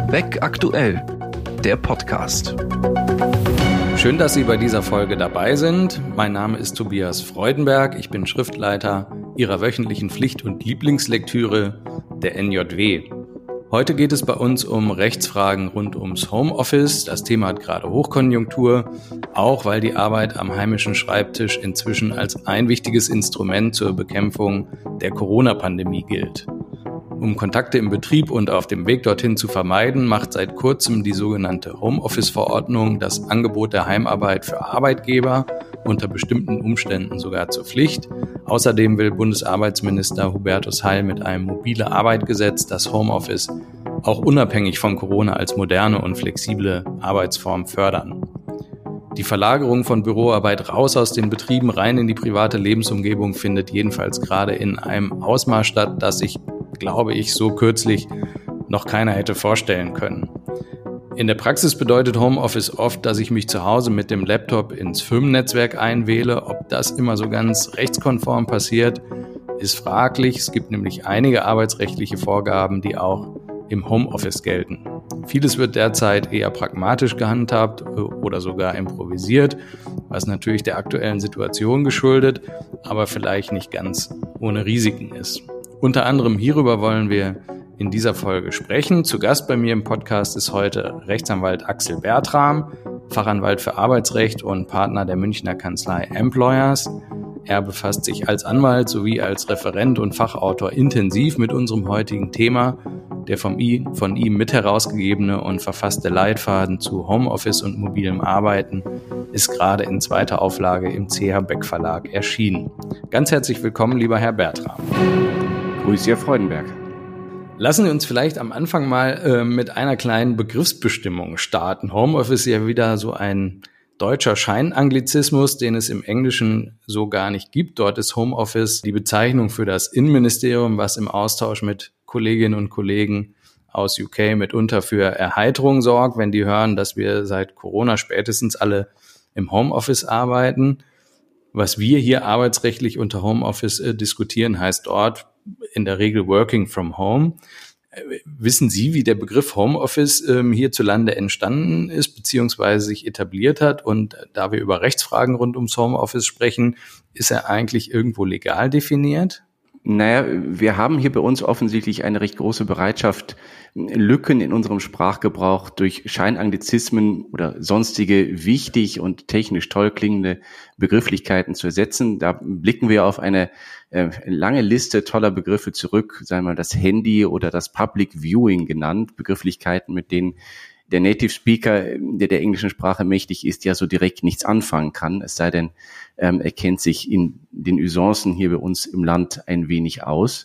Weg aktuell, der Podcast. Schön, dass Sie bei dieser Folge dabei sind. Mein Name ist Tobias Freudenberg. Ich bin Schriftleiter Ihrer wöchentlichen Pflicht- und Lieblingslektüre, der NJW. Heute geht es bei uns um Rechtsfragen rund ums Homeoffice. Das Thema hat gerade Hochkonjunktur, auch weil die Arbeit am heimischen Schreibtisch inzwischen als ein wichtiges Instrument zur Bekämpfung der Corona-Pandemie gilt. Um Kontakte im Betrieb und auf dem Weg dorthin zu vermeiden, macht seit kurzem die sogenannte Homeoffice-Verordnung das Angebot der Heimarbeit für Arbeitgeber unter bestimmten Umständen sogar zur Pflicht. Außerdem will Bundesarbeitsminister Hubertus Heil mit einem mobile Arbeitgesetz das Homeoffice auch unabhängig von Corona als moderne und flexible Arbeitsform fördern. Die Verlagerung von Büroarbeit raus aus den Betrieben rein in die private Lebensumgebung findet jedenfalls gerade in einem Ausmaß statt, das sich, glaube ich, so kürzlich noch keiner hätte vorstellen können. In der Praxis bedeutet Homeoffice oft, dass ich mich zu Hause mit dem Laptop ins Firmennetzwerk einwähle. Ob das immer so ganz rechtskonform passiert, ist fraglich. Es gibt nämlich einige arbeitsrechtliche Vorgaben, die auch im Homeoffice gelten. Vieles wird derzeit eher pragmatisch gehandhabt oder sogar improvisiert, was natürlich der aktuellen Situation geschuldet, aber vielleicht nicht ganz ohne Risiken ist. Unter anderem hierüber wollen wir in dieser Folge sprechen. Zu Gast bei mir im Podcast ist heute Rechtsanwalt Axel Bertram, Fachanwalt für Arbeitsrecht und Partner der Münchner Kanzlei Employers. Er befasst sich als Anwalt sowie als Referent und Fachautor intensiv mit unserem heutigen Thema. Der von ihm mit herausgegebene und verfasste Leitfaden zu Homeoffice und mobilem Arbeiten ist gerade in zweiter Auflage im CH Beck Verlag erschienen. Ganz herzlich willkommen, lieber Herr Bertram. Grüß Sie, Herr Freudenberg. Lassen Sie uns vielleicht am Anfang mal mit einer kleinen Begriffsbestimmung starten. Homeoffice ist ja wieder so ein deutscher Scheinanglizismus, den es im Englischen so gar nicht gibt. Dort ist Homeoffice die Bezeichnung für das Innenministerium, was im Austausch mit Kolleginnen und Kollegen aus UK mitunter für Erheiterung sorgt, wenn die hören, dass wir seit Corona spätestens alle im Homeoffice arbeiten. Was wir hier arbeitsrechtlich unter Homeoffice diskutieren, heißt dort in der Regel Working from Home. Wissen Sie, wie der Begriff Homeoffice hierzulande entstanden ist bzw. sich etabliert hat? Und da wir über Rechtsfragen rund ums Homeoffice sprechen, ist er eigentlich irgendwo legal definiert? Naja, wir haben hier bei uns offensichtlich eine recht große Bereitschaft, Lücken in unserem Sprachgebrauch durch Scheinanglizismen oder sonstige wichtig und technisch toll klingende Begrifflichkeiten zu ersetzen. Da blicken wir auf eine lange Liste toller Begriffe zurück, sagen wir mal das Handy oder das Public Viewing genannt, Begrifflichkeiten, mit denen der Native Speaker, der englischen Sprache mächtig ist, ja so direkt nichts anfangen kann, es sei denn, er kennt sich in den Usancen hier bei uns im Land ein wenig aus.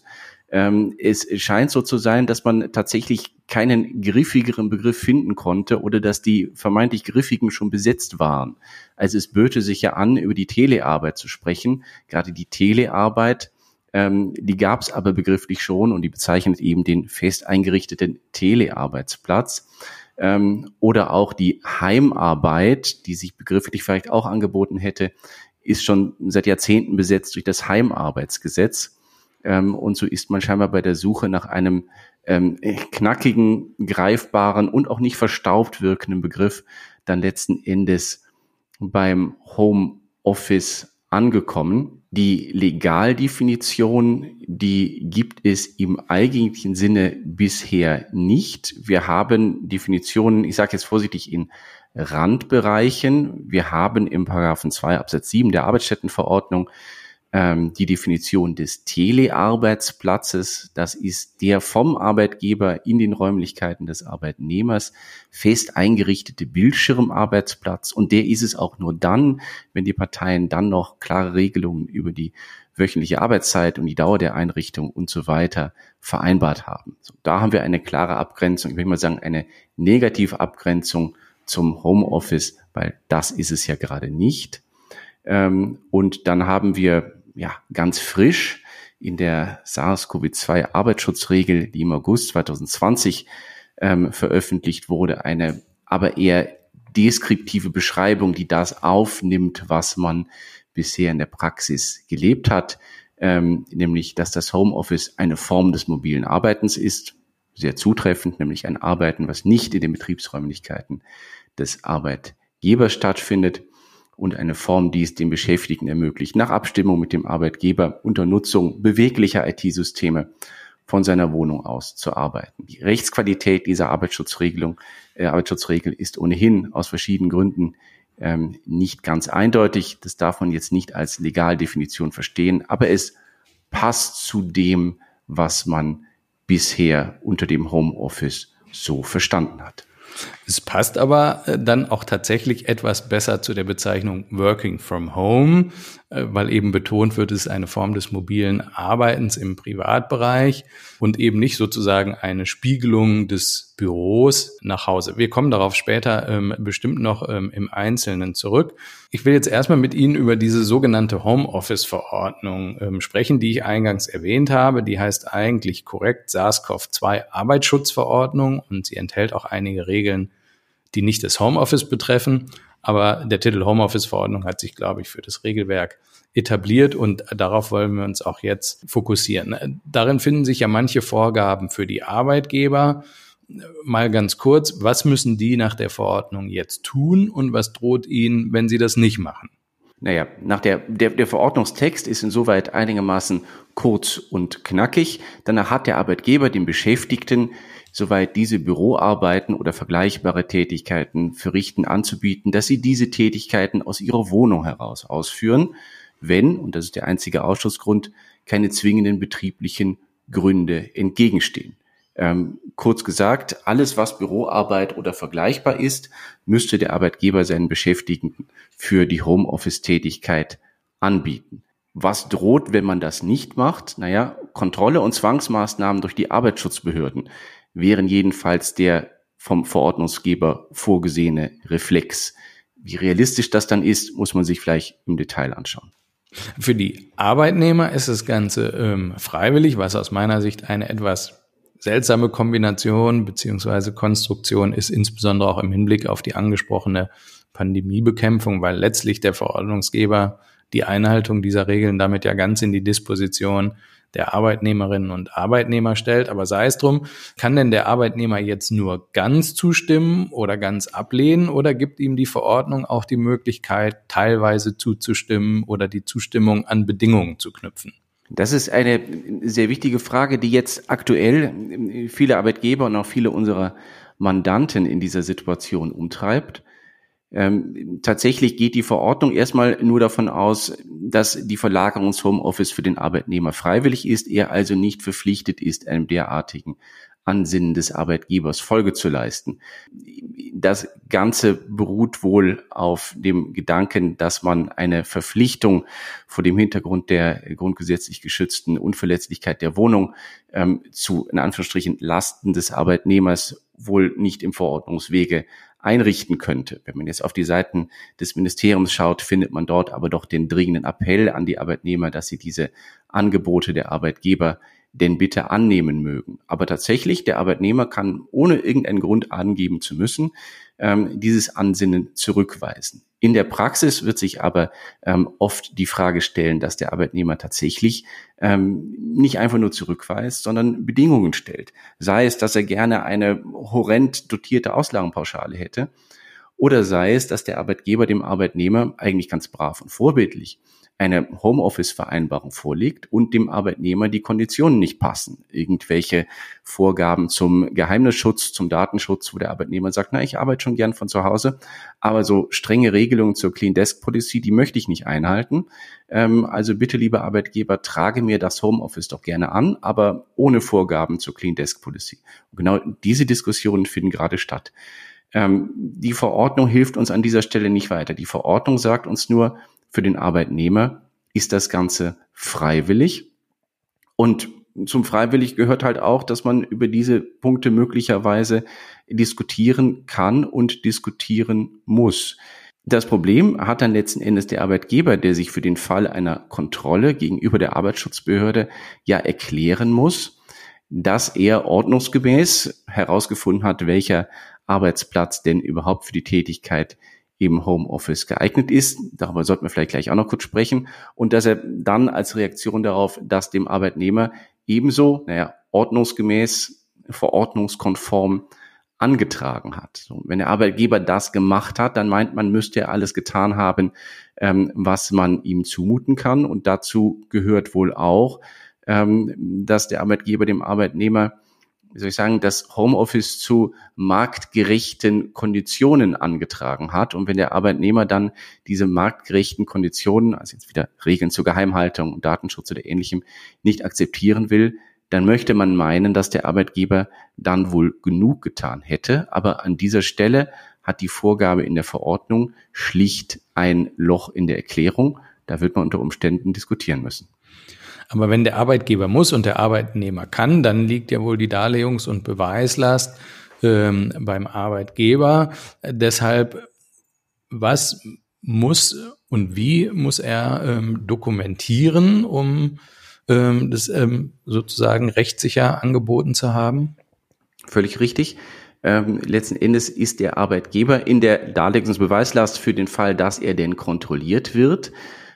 Es scheint so zu sein, dass man tatsächlich keinen griffigeren Begriff finden konnte oder dass die vermeintlich griffigen schon besetzt waren. Also es böte sich ja an, über die Telearbeit zu sprechen. Gerade die Telearbeit, die gab es aber begrifflich schon und die bezeichnet eben den fest eingerichteten Telearbeitsplatz. Oder auch die Heimarbeit, die sich begrifflich vielleicht auch angeboten hätte, ist schon seit Jahrzehnten besetzt durch das Heimarbeitsgesetz. Und so ist man scheinbar bei der Suche nach einem knackigen, greifbaren und auch nicht verstaubt wirkenden Begriff dann letzten Endes beim Homeoffice angekommen. Die Legaldefinition, die gibt es im eigentlichen Sinne bisher nicht. Wir haben Definitionen, ich sage jetzt vorsichtig, in Randbereichen. Wir haben im Paragraphen 2 Absatz 7 der Arbeitsstättenverordnung die Definition des Telearbeitsplatzes. Das ist der vom Arbeitgeber in den Räumlichkeiten des Arbeitnehmers fest eingerichtete Bildschirmarbeitsplatz. Und der ist es auch nur dann, wenn die Parteien dann noch klare Regelungen über die wöchentliche Arbeitszeit und die Dauer der Einrichtung und so weiter vereinbart haben. So, da haben wir eine klare Abgrenzung, ich würde mal sagen, eine negative Abgrenzung zum Homeoffice, weil das ist es ja gerade nicht. Und dann haben wir ganz frisch in der SARS-CoV-2 Arbeitsschutzregel, die im August 2020 veröffentlicht wurde, eine aber eher deskriptive Beschreibung, die das aufnimmt, was man bisher in der Praxis gelebt hat, nämlich, dass das Homeoffice eine Form des mobilen Arbeitens ist. sehr zutreffend, nämlich ein Arbeiten, was nicht in den Betriebsräumlichkeiten des Arbeitgebers stattfindet und eine Form, die es den Beschäftigten ermöglicht, nach Abstimmung mit dem Arbeitgeber unter Nutzung beweglicher IT-Systeme von seiner Wohnung aus zu arbeiten. Die Rechtsqualität dieser Arbeitsschutzregel ist ohnehin aus verschiedenen Gründen nicht ganz eindeutig. Das darf man jetzt nicht als Legaldefinition verstehen, aber es passt zu dem, was man bisher unter dem Homeoffice so verstanden hat. Es passt aber dann auch tatsächlich etwas besser zu der Bezeichnung Working from Home, weil eben betont wird, es ist eine Form des mobilen Arbeitens im Privatbereich und eben nicht sozusagen eine Spiegelung des Büros nach Hause. Wir kommen darauf später bestimmt noch im Einzelnen zurück. Ich will jetzt erstmal mit Ihnen über diese sogenannte Homeoffice-Verordnung sprechen, die ich eingangs erwähnt habe. Die heißt eigentlich korrekt SARS-CoV-2 Arbeitsschutzverordnung und sie enthält auch einige Regeln, die nicht das Homeoffice betreffen. Aber der Titel Homeoffice-Verordnung hat sich, glaube ich, für das Regelwerk etabliert und darauf wollen wir uns auch jetzt fokussieren. Darin finden sich ja manche Vorgaben für die Arbeitgeber. Mal ganz kurz, was müssen die nach der Verordnung jetzt tun und was droht ihnen, wenn sie das nicht machen? Naja, der Verordnungstext ist insoweit einigermaßen kurz und knackig. Danach hat der Arbeitgeber den Beschäftigten, soweit diese Büroarbeiten oder vergleichbare Tätigkeiten verrichten, anzubieten, dass sie diese Tätigkeiten aus ihrer Wohnung heraus ausführen, wenn, und das ist der einzige Ausschlussgrund, keine zwingenden betrieblichen Gründe entgegenstehen. Kurz gesagt, alles, was Büroarbeit oder vergleichbar ist, müsste der Arbeitgeber seinen Beschäftigten für die Homeoffice-Tätigkeit anbieten. Was droht, wenn man das nicht macht? Naja, Kontrolle und Zwangsmaßnahmen durch die Arbeitsschutzbehörden wären jedenfalls der vom Verordnungsgeber vorgesehene Reflex. Wie realistisch das dann ist, muss man sich vielleicht im Detail anschauen. Für die Arbeitnehmer ist das Ganze freiwillig, was aus meiner Sicht eine etwas seltsame Kombination bzw. Konstruktion ist, insbesondere auch im Hinblick auf die angesprochene Pandemiebekämpfung, weil letztlich der Verordnungsgeber die Einhaltung dieser Regeln damit ja ganz in die Disposition der Arbeitnehmerinnen und Arbeitnehmer stellt. Aber sei es drum, kann denn der Arbeitnehmer jetzt nur ganz zustimmen oder ganz ablehnen oder gibt ihm die Verordnung auch die Möglichkeit, teilweise zuzustimmen oder die Zustimmung an Bedingungen zu knüpfen? Das ist eine sehr wichtige Frage, die jetzt aktuell viele Arbeitgeber und auch viele unserer Mandanten in dieser Situation umtreibt. Tatsächlich geht die Verordnung erstmal nur davon aus, dass die Verlagerung ins Homeoffice für den Arbeitnehmer freiwillig ist, er also nicht verpflichtet ist, einem derartigen Ansinnen des Arbeitgebers Folge zu leisten. Das Ganze beruht wohl auf dem Gedanken, dass man eine Verpflichtung vor dem Hintergrund der grundgesetzlich geschützten Unverletzlichkeit der Wohnung zu, in Anführungsstrichen, Lasten des Arbeitnehmers wohl nicht im Verordnungswege einrichten könnte. Wenn man jetzt auf die Seiten des Ministeriums schaut, findet man dort aber doch den dringenden Appell an die Arbeitnehmer, dass sie diese Angebote der Arbeitgeber denn bitte annehmen mögen. Aber tatsächlich, der Arbeitnehmer kann, ohne irgendeinen Grund angeben zu müssen, dieses Ansinnen zurückweisen. In der Praxis wird sich aber oft die Frage stellen, dass der Arbeitnehmer tatsächlich nicht einfach nur zurückweist, sondern Bedingungen stellt. Sei es, dass er gerne eine horrend dotierte Auslagenpauschale hätte, oder sei es, dass der Arbeitgeber dem Arbeitnehmer eigentlich ganz brav und vorbildlich eine Homeoffice-Vereinbarung vorlegt und dem Arbeitnehmer die Konditionen nicht passen. Irgendwelche Vorgaben zum Geheimnisschutz, zum Datenschutz, wo der Arbeitnehmer sagt, na, ich arbeite schon gern von zu Hause, aber so strenge Regelungen zur Clean Desk Policy, die möchte ich nicht einhalten. Also bitte, lieber Arbeitgeber, trage mir das Homeoffice doch gerne an, aber ohne Vorgaben zur Clean Desk Policy. Und genau diese Diskussionen finden gerade statt. Die Verordnung hilft uns an dieser Stelle nicht weiter. Die Verordnung sagt uns nur, für den Arbeitnehmer ist das Ganze freiwillig. Und zum freiwillig gehört halt auch, dass man über diese Punkte möglicherweise diskutieren kann und diskutieren muss. Das Problem hat dann letzten Endes der Arbeitgeber, der sich für den Fall einer Kontrolle gegenüber der Arbeitsschutzbehörde ja erklären muss, dass er ordnungsgemäß herausgefunden hat, welcher Arbeitsplatz denn überhaupt für die Tätigkeit im Homeoffice geeignet ist. Darüber sollten wir vielleicht gleich auch noch kurz sprechen. Und dass er dann als Reaktion darauf, dass dem Arbeitnehmer ebenso, ordnungsgemäß verordnungskonform angetragen hat. So, wenn der Arbeitgeber das gemacht hat, dann meint man, müsste er alles getan haben, was man ihm zumuten kann. Und dazu gehört wohl auch, dass der Arbeitgeber dem Arbeitnehmer, wie soll ich sagen, das Homeoffice zu marktgerechten Konditionen angetragen hat. Und wenn der Arbeitnehmer dann diese marktgerechten Konditionen, also jetzt wieder Regeln zur Geheimhaltung und Datenschutz oder Ähnlichem, nicht akzeptieren will, dann möchte man meinen, dass der Arbeitgeber dann wohl genug getan hätte. Aber an dieser Stelle hat die Vorgabe in der Verordnung schlicht ein Loch in der Erklärung. Da wird man unter Umständen diskutieren müssen. Aber wenn der Arbeitgeber muss und der Arbeitnehmer kann, dann liegt ja wohl die Darlegungs- und Beweislast beim Arbeitgeber. Deshalb, was muss und wie muss er dokumentieren, um das sozusagen rechtssicher angeboten zu haben? Völlig richtig. Letzten Endes ist der Arbeitgeber in der Darlegungs- und Beweislast für den Fall, dass er denn kontrolliert wird.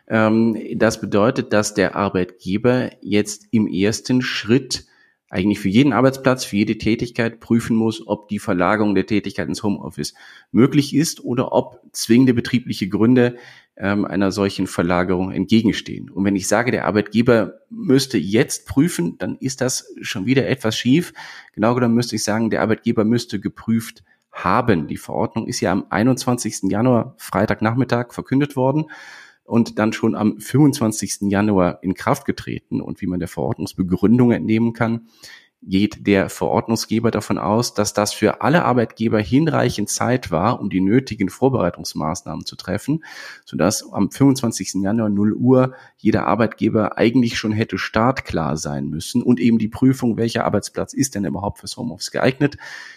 Das bedeutet, dass der Arbeitgeber jetzt im ersten Schritt eigentlich für jeden Arbeitsplatz, für jede Tätigkeit prüfen muss, ob die Verlagerung der Tätigkeit ins Homeoffice möglich ist oder ob zwingende betriebliche Gründe einer solchen Verlagerung entgegenstehen. Und wenn ich sage, der Arbeitgeber müsste jetzt prüfen, dann ist das schon wieder etwas schief. Genau genommen müsste ich sagen, der Arbeitgeber müsste geprüft haben. Die Verordnung ist ja am 21. Januar, Freitagnachmittag, verkündet worden und dann schon am 25. Januar in Kraft getreten. Und wie man der Verordnungsbegründung entnehmen kann, geht der Verordnungsgeber davon aus, dass das für alle Arbeitgeber hinreichend Zeit war, um die nötigen Vorbereitungsmaßnahmen zu treffen, sodass am 25. Januar 0 Uhr jeder Arbeitgeber eigentlich schon hätte startklar sein müssen und eben die Prüfung, welcher Arbeitsplatz ist denn überhaupt fürs Homeoffice geeignet,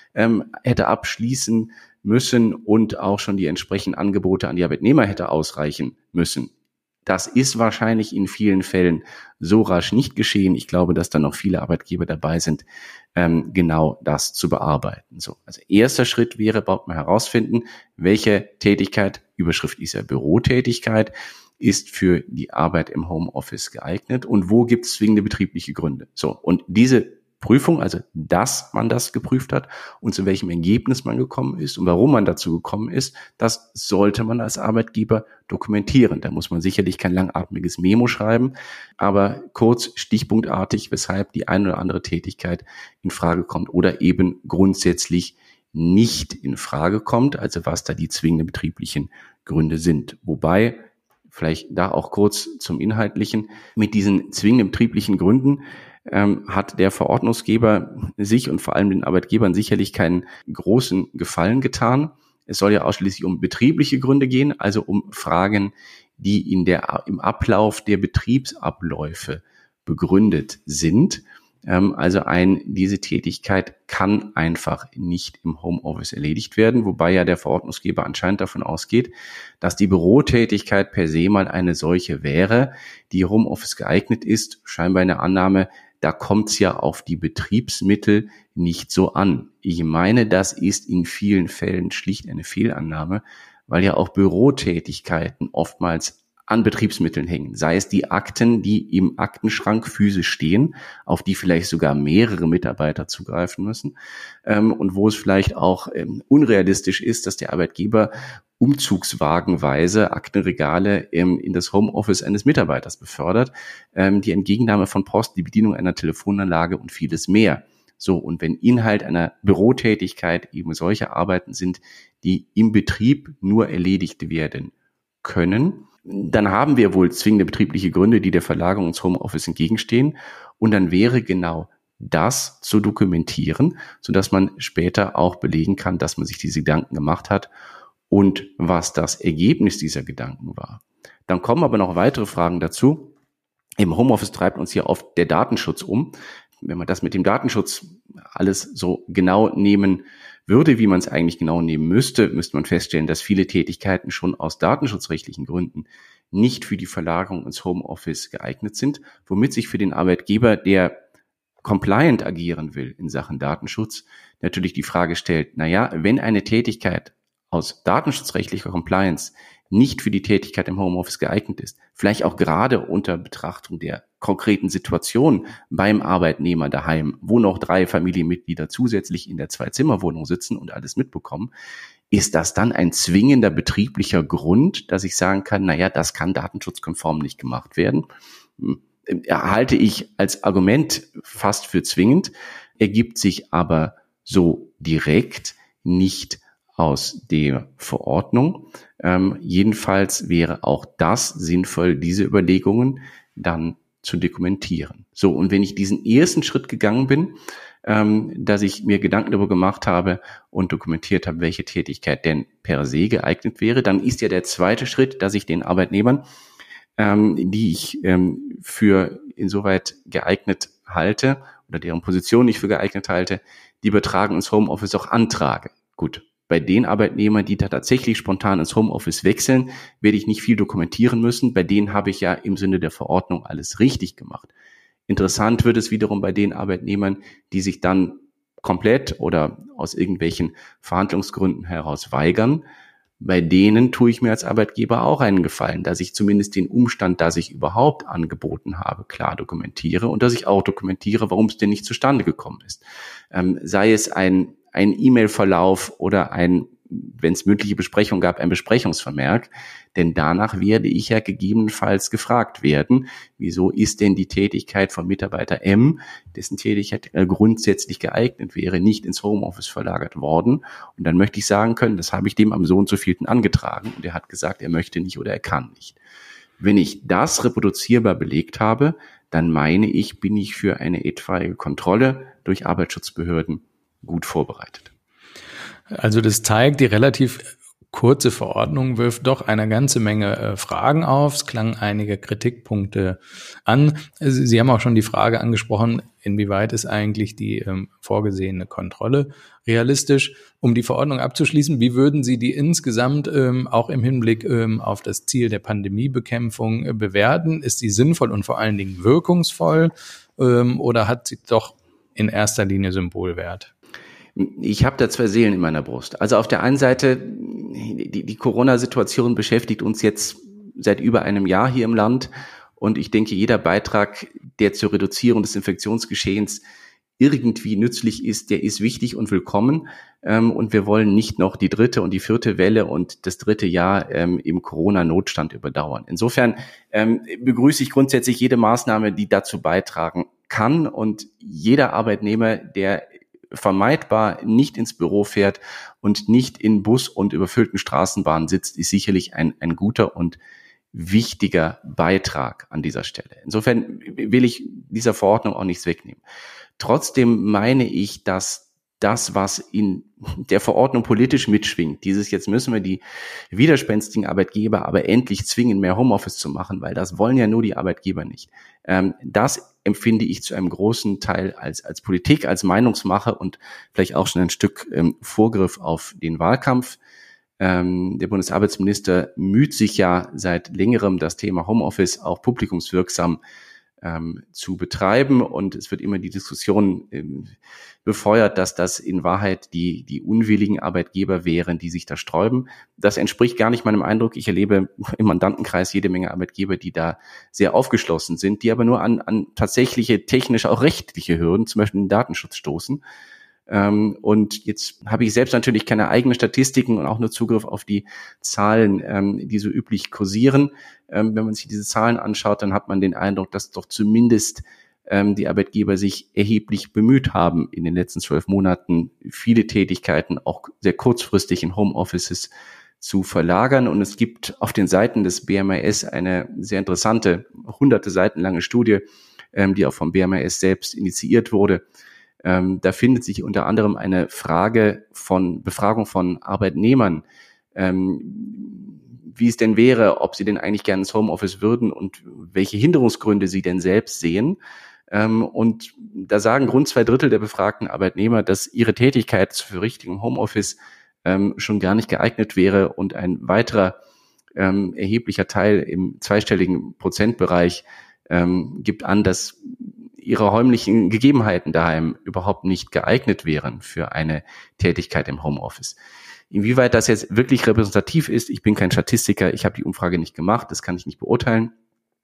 hätte abschließen müssen und auch schon die entsprechenden Angebote an die Arbeitnehmer hätte ausreichen müssen. Das ist wahrscheinlich in vielen Fällen so rasch nicht geschehen. Ich glaube, dass da noch viele Arbeitgeber dabei sind, genau das zu bearbeiten. So, also erster Schritt wäre, überhaupt mal herausfinden, welche Tätigkeit, Überschrift ist ja Bürotätigkeit, ist für die Arbeit im Homeoffice geeignet und wo gibt es zwingende betriebliche Gründe. So, und diese Prüfung, also dass man das geprüft hat und zu welchem Ergebnis man gekommen ist und warum man dazu gekommen ist, das sollte man als Arbeitgeber dokumentieren. Da muss man sicherlich kein langatmiges Memo schreiben, aber kurz, stichpunktartig, weshalb die eine oder andere Tätigkeit in Frage kommt oder eben grundsätzlich nicht in Frage kommt, also was da die zwingenden betrieblichen Gründe sind. Wobei, vielleicht da auch kurz zum Inhaltlichen, mit diesen zwingenden betrieblichen Gründen hat der Verordnungsgeber sich und vor allem den Arbeitgebern sicherlich keinen großen Gefallen getan. Es soll ja ausschließlich um betriebliche Gründe gehen, also um Fragen, die im Ablauf der Betriebsabläufe begründet sind. Also diese Tätigkeit kann einfach nicht im Homeoffice erledigt werden, wobei ja der Verordnungsgeber anscheinend davon ausgeht, dass die Bürotätigkeit per se mal eine solche wäre, die Homeoffice geeignet ist. Scheinbar eine Annahme, da kommt es ja auf die Betriebsmittel nicht so an. Ich meine, das ist in vielen Fällen schlicht eine Fehlannahme, weil ja auch Bürotätigkeiten oftmals an Betriebsmitteln hängen. Sei es die Akten, die im Aktenschrank physisch stehen, auf die vielleicht sogar mehrere Mitarbeiter zugreifen müssen und wo es vielleicht auch unrealistisch ist, dass der Arbeitgeber umzugswagenweise Aktenregale in das Homeoffice eines Mitarbeiters befördert, die Entgegennahme von Post, die Bedienung einer Telefonanlage und vieles mehr. So, und wenn Inhalt einer Bürotätigkeit eben solche Arbeiten sind, die im Betrieb nur erledigt werden können, dann haben wir wohl zwingende betriebliche Gründe, die der Verlagerung ins Homeoffice entgegenstehen. Und dann wäre genau das zu dokumentieren, sodass man später auch belegen kann, dass man sich diese Gedanken gemacht hat und was das Ergebnis dieser Gedanken war. Dann kommen aber noch weitere Fragen dazu. Im Homeoffice treibt uns hier oft der Datenschutz um. Wenn man das mit dem Datenschutz alles so genau nehmen würde, wie man es eigentlich genau nehmen müsste man feststellen, dass viele Tätigkeiten schon aus datenschutzrechtlichen Gründen nicht für die Verlagerung ins Homeoffice geeignet sind, womit sich für den Arbeitgeber, der compliant agieren will in Sachen Datenschutz, natürlich die Frage stellt, wenn eine Tätigkeit aus datenschutzrechtlicher Compliance nicht für die Tätigkeit im Homeoffice geeignet ist, vielleicht auch gerade unter Betrachtung der konkreten Situation beim Arbeitnehmer daheim, wo noch 3 Familienmitglieder zusätzlich in der 2-Zimmer-Wohnung sitzen und alles mitbekommen, ist das dann ein zwingender betrieblicher Grund, dass ich sagen kann, naja, das kann datenschutzkonform nicht gemacht werden? Halte ich als Argument fast für zwingend, ergibt sich aber so direkt nicht aus der Verordnung. Jedenfalls wäre auch das sinnvoll, diese Überlegungen dann zu dokumentieren. So, und wenn ich diesen ersten Schritt gegangen bin, dass ich mir Gedanken darüber gemacht habe und dokumentiert habe, welche Tätigkeit denn per se geeignet wäre, dann ist ja der zweite Schritt, dass ich den Arbeitnehmern, die ich für insoweit geeignet halte oder deren Position ich für geeignet halte, die Übertragung ins Homeoffice auch antrage. Gut, bei den Arbeitnehmern, die da tatsächlich spontan ins Homeoffice wechseln, werde ich nicht viel dokumentieren müssen. Bei denen habe ich ja im Sinne der Verordnung alles richtig gemacht. Interessant wird es wiederum bei den Arbeitnehmern, die sich dann komplett oder aus irgendwelchen Verhandlungsgründen heraus weigern. Bei denen tue ich mir als Arbeitgeber auch einen Gefallen, dass ich zumindest den Umstand, dass ich überhaupt angeboten habe, klar dokumentiere und dass ich auch dokumentiere, warum es denn nicht zustande gekommen ist. Sei es ein E-Mail-Verlauf oder wenn es mündliche Besprechung gab, ein Besprechungsvermerk, denn danach werde ich ja gegebenenfalls gefragt werden, wieso ist denn die Tätigkeit von Mitarbeiter M, dessen Tätigkeit grundsätzlich geeignet wäre, nicht ins Homeoffice verlagert worden. Und dann möchte ich sagen können, das habe ich dem am so und so vielten angetragen und er hat gesagt, er möchte nicht oder er kann nicht. Wenn ich das reproduzierbar belegt habe, dann meine ich, bin ich für eine etwaige Kontrolle durch Arbeitsschutzbehörden gut vorbereitet. Also das zeigt, die relativ kurze Verordnung wirft doch eine ganze Menge Fragen auf. Es klangen einige Kritikpunkte an. Sie haben auch schon die Frage angesprochen, inwieweit ist eigentlich die vorgesehene Kontrolle realistisch? Um die Verordnung abzuschließen, wie würden Sie die insgesamt auch im Hinblick auf das Ziel der Pandemiebekämpfung bewerten? Ist sie sinnvoll und vor allen Dingen wirkungsvoll oder hat sie doch in erster Linie Symbolwert? Ich habe da 2 Seelen in meiner Brust. Also auf der einen Seite, die Corona-Situation beschäftigt uns jetzt seit über einem Jahr hier im Land. Und ich denke, jeder Beitrag, der zur Reduzierung des Infektionsgeschehens irgendwie nützlich ist, der ist wichtig und willkommen. Und wir wollen nicht noch die 3. und die 4. Welle und das 3. Jahr im Corona-Notstand überdauern. Insofern begrüße ich grundsätzlich jede Maßnahme, die dazu beitragen kann. Und jeder Arbeitnehmer, der vermeidbar nicht ins Büro fährt und nicht in Bus und überfüllten Straßenbahnen sitzt, ist sicherlich ein guter und wichtiger Beitrag an dieser Stelle. Insofern will ich dieser Verordnung auch nichts wegnehmen. Trotzdem meine ich, dass das, was in der Verordnung politisch mitschwingt, jetzt müssen wir die widerspenstigen Arbeitgeber aber endlich zwingen, mehr Homeoffice zu machen, weil das wollen ja nur die Arbeitgeber nicht. Das empfinde ich zu einem großen Teil als Politik, als Meinungsmache und vielleicht auch schon ein Stück Vorgriff auf den Wahlkampf. Der Bundesarbeitsminister müht sich ja seit längerem, das Thema Homeoffice auch publikumswirksam zu betreiben und es wird immer die Diskussion befeuert, dass das in Wahrheit die unwilligen Arbeitgeber wären, die sich da sträuben. Das entspricht gar nicht meinem Eindruck. Ich erlebe im Mandantenkreis jede Menge Arbeitgeber, die da sehr aufgeschlossen sind, die aber nur an tatsächliche technische, auch rechtliche Hürden, zum Beispiel den Datenschutz stoßen. Und jetzt habe ich selbst natürlich keine eigenen Statistiken und auch nur Zugriff auf die Zahlen, die so üblich kursieren. Wenn man sich diese Zahlen anschaut, dann hat man den Eindruck, dass doch zumindest die Arbeitgeber sich erheblich bemüht haben, in den letzten 12 Monaten viele Tätigkeiten auch sehr kurzfristig in Homeoffices zu verlagern. Und es gibt auf den Seiten des BMAS eine sehr interessante, hunderte Seiten lange Studie, die auch vom BMAS selbst initiiert wurde. Da findet sich unter anderem eine Befragung von Arbeitnehmern, wie es denn wäre, ob sie denn eigentlich gerne ins Homeoffice würden und welche Hinderungsgründe sie denn selbst sehen. Und da sagen rund 2/3 der befragten Arbeitnehmer, dass ihre Tätigkeit für richtigen Homeoffice schon gar nicht geeignet wäre und ein weiterer erheblicher Teil im zweistelligen Prozentbereich gibt an, dass ihre räumlichen Gegebenheiten daheim überhaupt nicht geeignet wären für eine Tätigkeit im Homeoffice. Inwieweit das jetzt wirklich repräsentativ ist, ich bin kein Statistiker, ich habe die Umfrage nicht gemacht, das kann ich nicht beurteilen.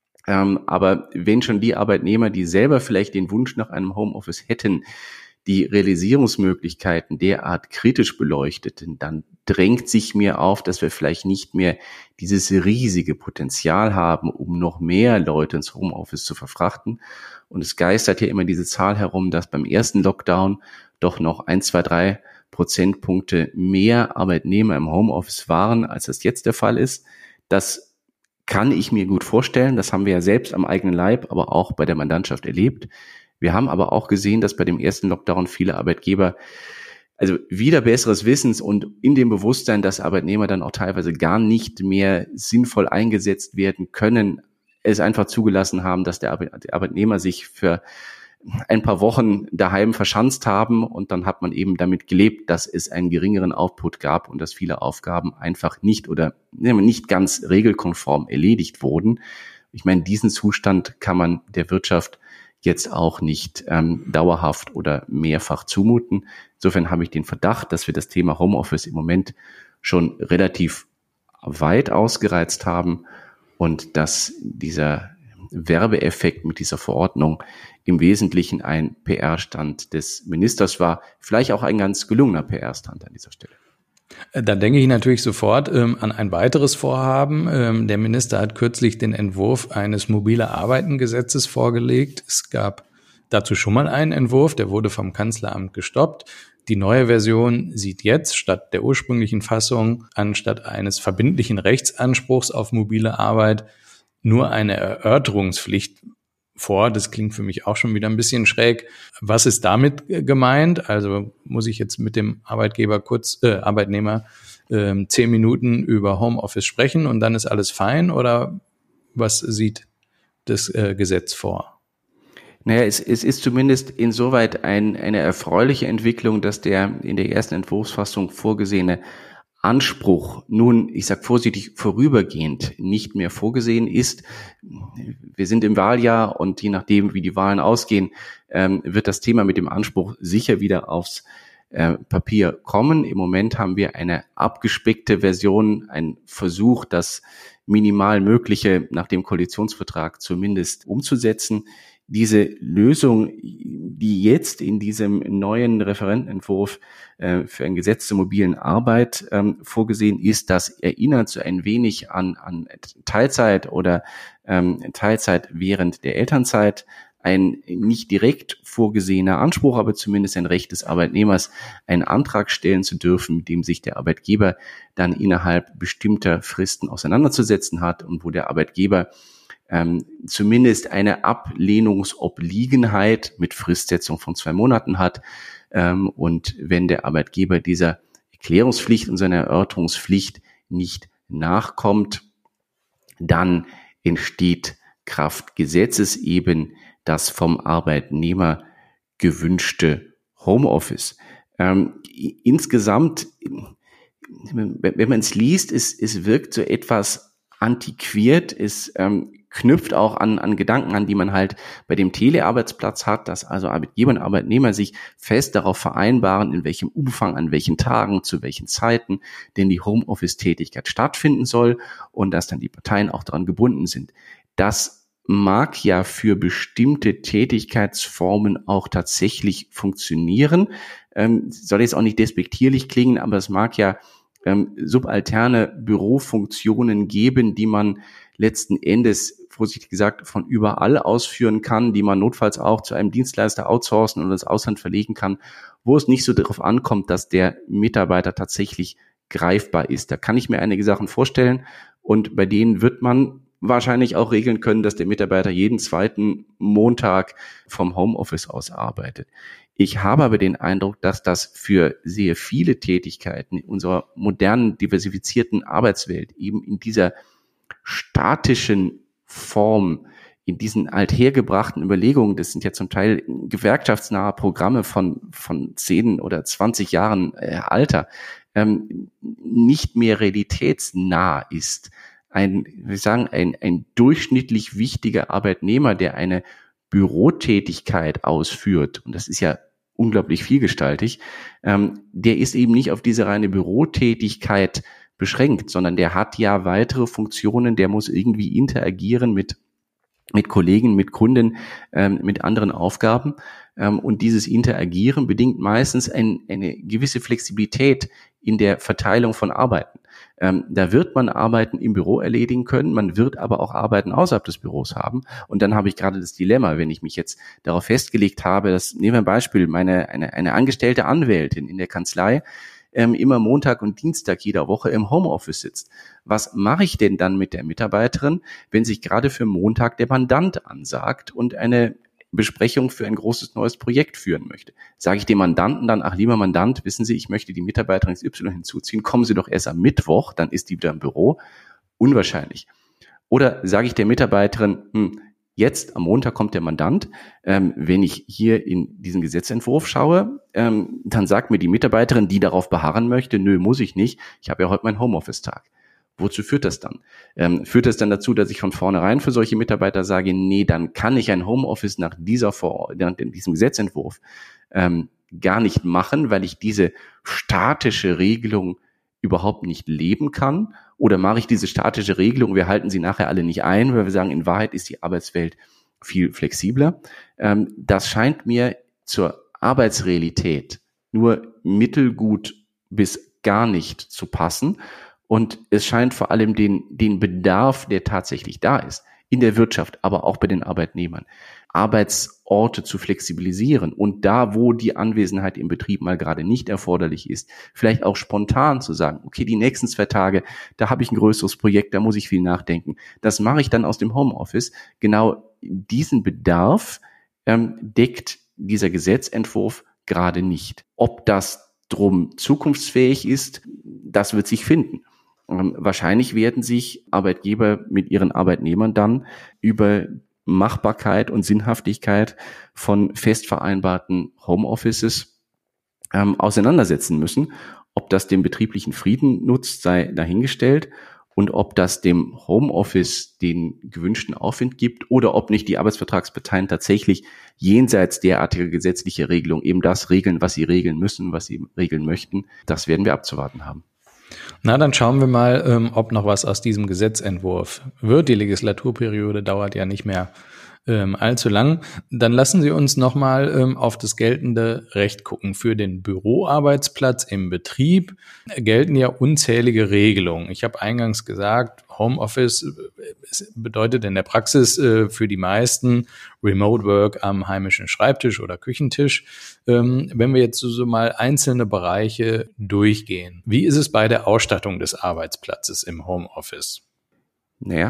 Aber wenn schon die Arbeitnehmer, die selber vielleicht den Wunsch nach einem Homeoffice hätten, die Realisierungsmöglichkeiten derart kritisch beleuchteten, dann drängt sich mir auf, dass wir vielleicht nicht mehr dieses riesige Potenzial haben, um noch mehr Leute ins Homeoffice zu verfrachten. Und es geistert ja immer diese Zahl herum, dass beim ersten Lockdown doch noch 1, 2, 3 Prozentpunkte mehr Arbeitnehmer im Homeoffice waren, als das jetzt der Fall ist. Das kann ich mir gut vorstellen. Das haben wir ja selbst am eigenen Leib, aber auch bei der Mandantschaft erlebt. Wir haben aber auch gesehen, dass bei dem ersten Lockdown viele Arbeitgeber, also wieder besseres Wissens und in dem Bewusstsein, dass Arbeitnehmer dann auch teilweise gar nicht mehr sinnvoll eingesetzt werden können, es einfach zugelassen haben, dass der Arbeitnehmer sich für ein paar Wochen daheim verschanzt haben und dann hat man eben damit gelebt, dass es einen geringeren Output gab und dass viele Aufgaben einfach nicht oder nicht ganz regelkonform erledigt wurden. Ich meine, diesen Zustand kann man der Wirtschaft jetzt auch nicht dauerhaft oder mehrfach zumuten. Insofern habe ich den Verdacht, dass wir das Thema Homeoffice im Moment schon relativ weit ausgereizt haben und dass dieser Werbeeffekt mit dieser Verordnung im Wesentlichen ein PR-Stand des Ministers war, vielleicht auch ein ganz gelungener PR-Stand an dieser Stelle. Da denke ich natürlich sofort an ein weiteres Vorhaben. Der Minister hat kürzlich den Entwurf eines mobile Arbeiten-Gesetzes vorgelegt. Es gab dazu schon mal einen Entwurf, der wurde vom Kanzleramt gestoppt. Die neue Version sieht jetzt statt der ursprünglichen Fassung anstatt eines verbindlichen Rechtsanspruchs auf mobile Arbeit nur eine Erörterungspflicht vor. Das klingt für mich auch schon wieder ein bisschen schräg. Was ist damit gemeint? Also muss ich jetzt mit dem Arbeitnehmer 10 Minuten über Homeoffice sprechen und dann ist alles fein? Oder was sieht das Gesetz vor? Naja, es ist zumindest insoweit eine erfreuliche Entwicklung, dass der in der ersten Entwurfsfassung vorgesehene Anspruch nun, ich sage vorsichtig, vorübergehend nicht mehr vorgesehen ist. Wir sind im Wahljahr und je nachdem, wie die Wahlen ausgehen, wird das Thema mit dem Anspruch sicher wieder aufs Papier kommen. Im Moment haben wir eine abgespeckte Version, ein Versuch, das minimal Mögliche nach dem Koalitionsvertrag zumindest umzusetzen. Diese Lösung, die jetzt in diesem neuen Referentenentwurf für ein Gesetz zur mobilen Arbeit vorgesehen ist, das erinnert so ein wenig an Teilzeit oder Teilzeit während der Elternzeit. Ein nicht direkt vorgesehener Anspruch, aber zumindest ein Recht des Arbeitnehmers, einen Antrag stellen zu dürfen, mit dem sich der Arbeitgeber dann innerhalb bestimmter Fristen auseinanderzusetzen hat und wo der Arbeitgeber zumindest eine Ablehnungsobliegenheit mit Fristsetzung von 2 Monaten hat. Und wenn der Arbeitgeber dieser Erklärungspflicht und seiner Erörterungspflicht nicht nachkommt, dann entsteht Kraft Gesetzes eben das vom Arbeitnehmer gewünschte Homeoffice. Insgesamt, wenn man es liest, es wirkt so etwas antiquiert, es knüpft auch an Gedanken an, die man halt bei dem Telearbeitsplatz hat, dass also Arbeitgeber und Arbeitnehmer sich fest darauf vereinbaren, in welchem Umfang, an welchen Tagen, zu welchen Zeiten denn die Homeoffice-Tätigkeit stattfinden soll und dass dann die Parteien auch daran gebunden sind. Das mag ja für bestimmte Tätigkeitsformen auch tatsächlich funktionieren. Soll jetzt auch nicht despektierlich klingen, aber es mag ja subalterne Bürofunktionen geben, die man letzten Endes, vorsichtig gesagt, von überall ausführen kann, die man notfalls auch zu einem Dienstleister outsourcen oder ins Ausland verlegen kann, wo es nicht so darauf ankommt, dass der Mitarbeiter tatsächlich greifbar ist. Da kann ich mir einige Sachen vorstellen und bei denen wird man wahrscheinlich auch regeln können, dass der Mitarbeiter jeden 2. Montag vom Homeoffice aus arbeitet. Ich habe aber den Eindruck, dass das für sehr viele Tätigkeiten in unserer modernen, diversifizierten Arbeitswelt eben in dieser statischen Form, in diesen althergebrachten Überlegungen, das sind ja zum Teil gewerkschaftsnahe Programme von 10 oder 20 Jahren Alter, nicht mehr realitätsnah ist. Ein durchschnittlich wichtiger Arbeitnehmer, der eine Bürotätigkeit ausführt, und das ist ja unglaublich vielgestaltig, der ist eben nicht auf diese reine Bürotätigkeit beschränkt, sondern der hat ja weitere Funktionen, der muss irgendwie interagieren mit Kollegen, mit Kunden, mit anderen Aufgaben. Und dieses Interagieren bedingt meistens eine gewisse Flexibilität in der Verteilung von Arbeiten. Da wird man Arbeiten im Büro erledigen können, man wird aber auch Arbeiten außerhalb des Büros haben. Und dann habe ich gerade das Dilemma, wenn ich mich jetzt darauf festgelegt habe, dass, nehmen wir ein Beispiel, eine angestellte Anwältin in der Kanzlei immer Montag und Dienstag jeder Woche im Homeoffice sitzt. Was mache ich denn dann mit der Mitarbeiterin, wenn sich gerade für Montag der Mandant ansagt und eine Besprechung für ein großes neues Projekt führen möchte? Sage ich dem Mandanten dann, ach lieber Mandant, wissen Sie, ich möchte die Mitarbeiterin XY hinzuziehen, kommen Sie doch erst am Mittwoch, dann ist die wieder im Büro? Unwahrscheinlich. Oder sage ich der Mitarbeiterin, jetzt am Montag kommt der Mandant, wenn ich hier in diesen Gesetzentwurf schaue, dann sagt mir die Mitarbeiterin, die darauf beharren möchte, nö, muss ich nicht, ich habe ja heute meinen Homeoffice-Tag. Wozu führt das dann? Führt das dann dazu, dass ich von vornherein für solche Mitarbeiter sage, nee, dann kann ich ein Homeoffice nach diesem Gesetzentwurf gar nicht machen, weil ich diese statische Regelung überhaupt nicht leben kann? Oder mache ich diese statische Regelung, wir halten sie nachher alle nicht ein, weil wir sagen, in Wahrheit ist die Arbeitswelt viel flexibler. Das scheint mir zur Arbeitsrealität nur mittelgut bis gar nicht zu passen. Und es scheint vor allem den Bedarf, der tatsächlich da ist, in der Wirtschaft, aber auch bei den Arbeitnehmern, Arbeitsorte zu flexibilisieren und da, wo die Anwesenheit im Betrieb mal gerade nicht erforderlich ist, vielleicht auch spontan zu sagen, okay, die nächsten 2 Tage, da habe ich ein größeres Projekt, da muss ich viel nachdenken. Das mache ich dann aus dem Homeoffice. Genau diesen Bedarf deckt dieser Gesetzentwurf gerade nicht. Ob das drum zukunftsfähig ist, das wird sich finden. Wahrscheinlich werden sich Arbeitgeber mit ihren Arbeitnehmern dann über Machbarkeit und Sinnhaftigkeit von fest vereinbarten Homeoffices auseinandersetzen müssen. Ob das dem betrieblichen Frieden nutzt, sei dahingestellt. Und ob das dem Homeoffice den gewünschten Aufwind gibt oder ob nicht die Arbeitsvertragsparteien tatsächlich jenseits derartiger gesetzlicher Regelung eben das regeln, was sie regeln müssen, was sie regeln möchten, das werden wir abzuwarten haben. Na, dann schauen wir mal, ob noch was aus diesem Gesetzentwurf wird. Die Legislaturperiode dauert ja nicht mehr allzu lang. Dann lassen Sie uns nochmal auf das geltende Recht gucken. Für den Büroarbeitsplatz im Betrieb gelten ja unzählige Regelungen. Ich habe eingangs gesagt, Homeoffice bedeutet in der Praxis für die meisten Remote Work am heimischen Schreibtisch oder Küchentisch. Wenn wir jetzt so mal einzelne Bereiche durchgehen, wie ist es bei der Ausstattung des Arbeitsplatzes im Homeoffice? Naja,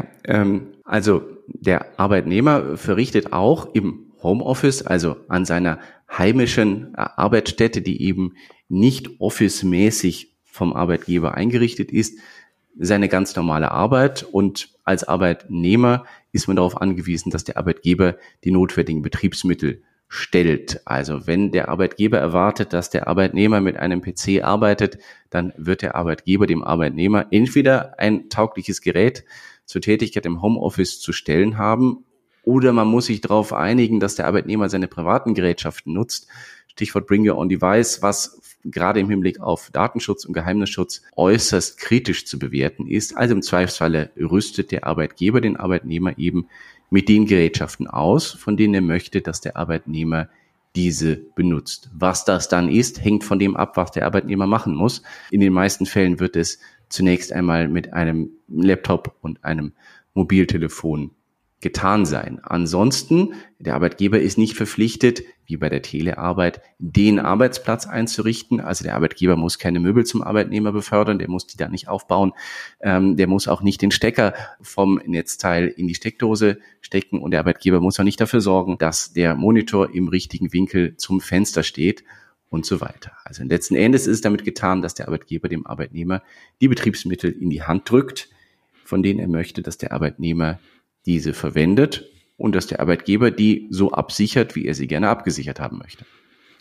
also der Arbeitnehmer verrichtet auch im Homeoffice, also an seiner heimischen Arbeitsstätte, die eben nicht office-mäßig vom Arbeitgeber eingerichtet ist, seine ganz normale Arbeit. Und als Arbeitnehmer ist man darauf angewiesen, dass der Arbeitgeber die notwendigen Betriebsmittel stellt. Also wenn der Arbeitgeber erwartet, dass der Arbeitnehmer mit einem PC arbeitet, dann wird der Arbeitgeber dem Arbeitnehmer entweder ein taugliches Gerät zur Tätigkeit im Homeoffice zu stellen haben, oder man muss sich darauf einigen, dass der Arbeitnehmer seine privaten Gerätschaften nutzt. Stichwort Bring Your Own Device, was gerade im Hinblick auf Datenschutz und Geheimnisschutz äußerst kritisch zu bewerten ist. Also im Zweifelsfalle rüstet der Arbeitgeber den Arbeitnehmer eben mit den Gerätschaften aus, von denen er möchte, dass der Arbeitnehmer diese benutzt. Was das dann ist, hängt von dem ab, was der Arbeitnehmer machen muss. In den meisten Fällen wird es zunächst einmal mit einem Laptop und einem Mobiltelefon getan sein. Ansonsten, der Arbeitgeber ist nicht verpflichtet, wie bei der Telearbeit, den Arbeitsplatz einzurichten. Also der Arbeitgeber muss keine Möbel zum Arbeitnehmer befördern, der muss die da nicht aufbauen. Der muss auch nicht den Stecker vom Netzteil in die Steckdose stecken und der Arbeitgeber muss auch nicht dafür sorgen, dass der Monitor im richtigen Winkel zum Fenster steht und so weiter. Also letzten Endes ist es damit getan, dass der Arbeitgeber dem Arbeitnehmer die Betriebsmittel in die Hand drückt, von denen er möchte, dass der Arbeitnehmer diese verwendet und dass der Arbeitgeber die so absichert, wie er sie gerne abgesichert haben möchte.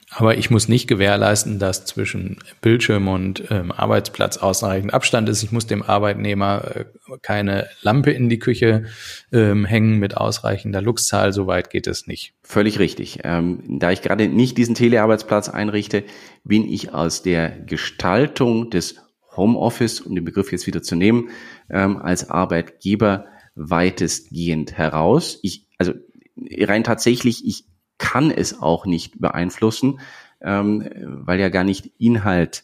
Aber ich muss nicht gewährleisten, dass zwischen Bildschirm und Arbeitsplatz ausreichend Abstand ist. Ich muss dem Arbeitnehmer keine Lampe in die Küche hängen mit ausreichender Luxzahl. So weit geht es nicht. Völlig richtig. Da ich gerade nicht diesen Telearbeitsplatz einrichte, bin ich aus der Gestaltung des Homeoffice, um den Begriff jetzt wieder zu nehmen, als Arbeitgeber weitestgehend heraus. Also rein tatsächlich, ich kann es auch nicht beeinflussen, weil ja gar nicht Inhalt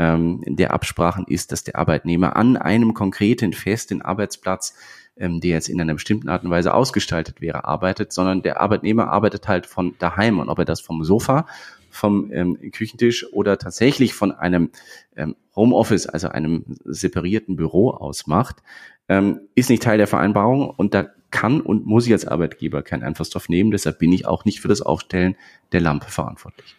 der Absprachen ist, dass der Arbeitnehmer an einem konkreten festen Arbeitsplatz, der jetzt in einer bestimmten Art und Weise ausgestaltet wäre, arbeitet, sondern der Arbeitnehmer arbeitet halt von daheim. Und ob er das vom Sofa, vom Küchentisch oder tatsächlich von einem Homeoffice, also einem separierten Büro aus macht, ist nicht Teil der Vereinbarung, und da kann und muss ich als Arbeitgeber keinen Einfluss drauf nehmen. Deshalb bin ich auch nicht für das Aufstellen der Lampe verantwortlich.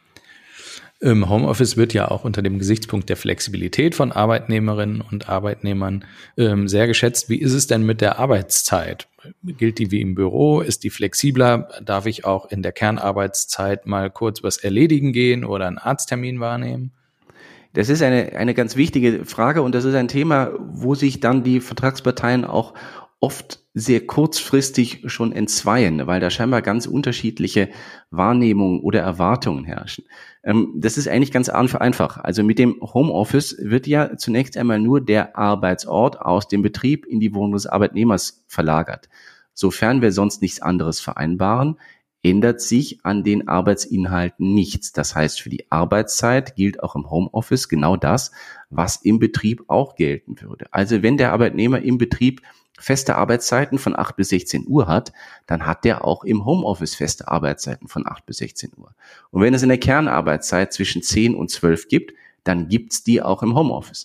Homeoffice wird ja auch unter dem Gesichtspunkt der Flexibilität von Arbeitnehmerinnen und Arbeitnehmern sehr geschätzt. Wie ist es denn mit der Arbeitszeit? Gilt die wie im Büro? Ist die flexibler? Darf ich auch in der Kernarbeitszeit mal kurz was erledigen gehen oder einen Arzttermin wahrnehmen? Das ist eine ganz wichtige Frage, und das ist ein Thema, wo sich dann die Vertragsparteien auch oft sehr kurzfristig schon entzweien, weil da scheinbar ganz unterschiedliche Wahrnehmungen oder Erwartungen herrschen. Das ist eigentlich ganz einfach. Also mit dem Homeoffice wird ja zunächst einmal nur der Arbeitsort aus dem Betrieb in die Wohnung des Arbeitnehmers verlagert. Sofern wir sonst nichts anderes vereinbaren, ändert sich an den Arbeitsinhalten nichts. Das heißt, für die Arbeitszeit gilt auch im Homeoffice genau das, was im Betrieb auch gelten würde. Also wenn der Arbeitnehmer im Betrieb feste Arbeitszeiten von 8 bis 16 Uhr hat, dann hat der auch im Homeoffice feste Arbeitszeiten von 8 bis 16 Uhr. Und wenn es in der Kernarbeitszeit zwischen 10 und 12 gibt, dann gibt's die auch im Homeoffice.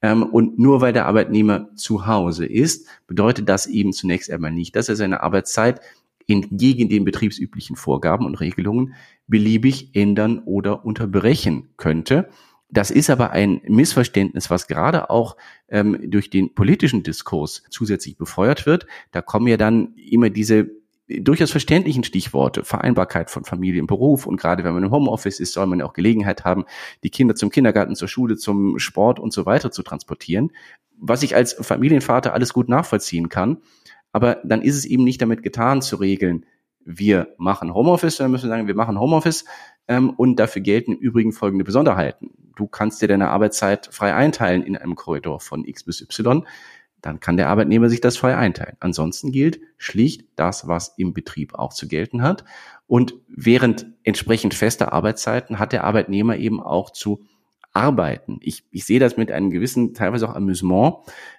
Und nur weil der Arbeitnehmer zu Hause ist, bedeutet das eben zunächst einmal nicht, dass er seine Arbeitszeit entgegen den betriebsüblichen Vorgaben und Regelungen beliebig ändern oder unterbrechen könnte. Das ist aber ein Missverständnis, was gerade auch durch den politischen Diskurs zusätzlich befeuert wird. Da kommen ja dann immer diese durchaus verständlichen Stichworte: Vereinbarkeit von Familie und Beruf. Und gerade wenn man im Homeoffice ist, soll man ja auch Gelegenheit haben, die Kinder zum Kindergarten, zur Schule, zum Sport und so weiter zu transportieren. Was ich als Familienvater alles gut nachvollziehen kann. Aber dann ist es eben nicht damit getan, zu regeln, wir machen Homeoffice, sondern müssen wir sagen, wir machen Homeoffice und dafür gelten im Übrigen folgende Besonderheiten. Du kannst dir deine Arbeitszeit frei einteilen in einem Korridor von X bis Y, dann kann der Arbeitnehmer sich das frei einteilen. Ansonsten gilt schlicht das, was im Betrieb auch zu gelten hat. Und während entsprechend fester Arbeitszeiten hat der Arbeitnehmer eben auch zu arbeiten. Ich sehe das mit einem gewissen, teilweise auch Amüsement,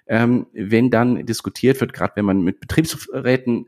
wenn dann diskutiert wird, gerade wenn man mit Betriebsräten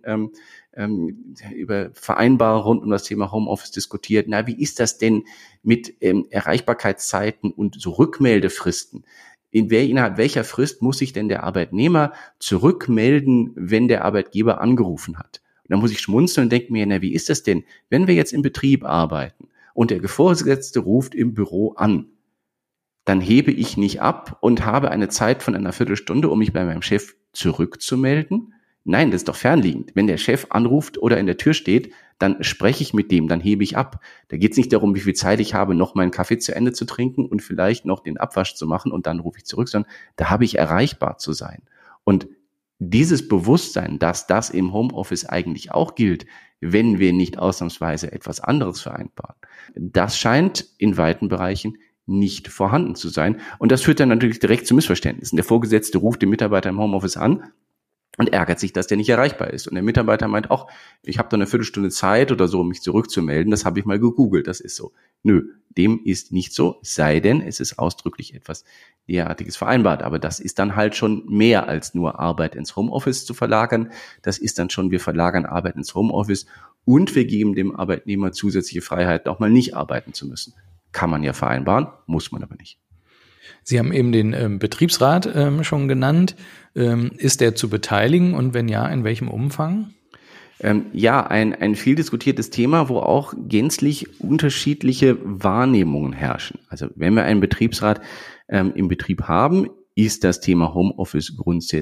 über Vereinbarungen rund um das Thema Homeoffice diskutiert. Na, wie ist das denn mit Erreichbarkeitszeiten und so Rückmeldefristen? Innerhalb welcher Frist muss sich denn der Arbeitnehmer zurückmelden, wenn der Arbeitgeber angerufen hat? Und dann muss ich schmunzeln und denke mir, na, wie ist das denn, wenn wir jetzt im Betrieb arbeiten und der Vorgesetzte ruft im Büro an? Dann hebe ich nicht ab und habe eine Zeit von einer Viertelstunde, um mich bei meinem Chef zurückzumelden. Nein, das ist doch fernliegend. Wenn der Chef anruft oder in der Tür steht, dann spreche ich mit dem, dann hebe ich ab. Da geht es nicht darum, wie viel Zeit ich habe, noch meinen Kaffee zu Ende zu trinken und vielleicht noch den Abwasch zu machen und dann rufe ich zurück, sondern da habe ich erreichbar zu sein. Und dieses Bewusstsein, dass das im Homeoffice eigentlich auch gilt, wenn wir nicht ausnahmsweise etwas anderes vereinbaren, das scheint in weiten Bereichen nicht vorhanden zu sein. Und das führt dann natürlich direkt zu Missverständnissen. Der Vorgesetzte ruft den Mitarbeiter im Homeoffice an und ärgert sich, dass der nicht erreichbar ist. Und der Mitarbeiter meint auch, ich habe da eine Viertelstunde Zeit oder so, um mich zurückzumelden. Das habe ich mal gegoogelt, das ist so. Nö, dem ist nicht so, sei denn, es ist ausdrücklich etwas derartiges vereinbart. Aber das ist dann halt schon mehr als nur Arbeit ins Homeoffice zu verlagern. Das ist dann schon, wir verlagern Arbeit ins Homeoffice und wir geben dem Arbeitnehmer zusätzliche Freiheiten, auch mal nicht arbeiten zu müssen. Kann man ja vereinbaren, muss man aber nicht. Sie haben eben den Betriebsrat schon genannt. Ist der zu beteiligen und wenn ja, in welchem Umfang? Ja, ein viel diskutiertes Thema, wo auch gänzlich unterschiedliche Wahrnehmungen herrschen. Also wenn wir einen Betriebsrat im Betrieb haben, ist das Thema Homeoffice grundsätzlich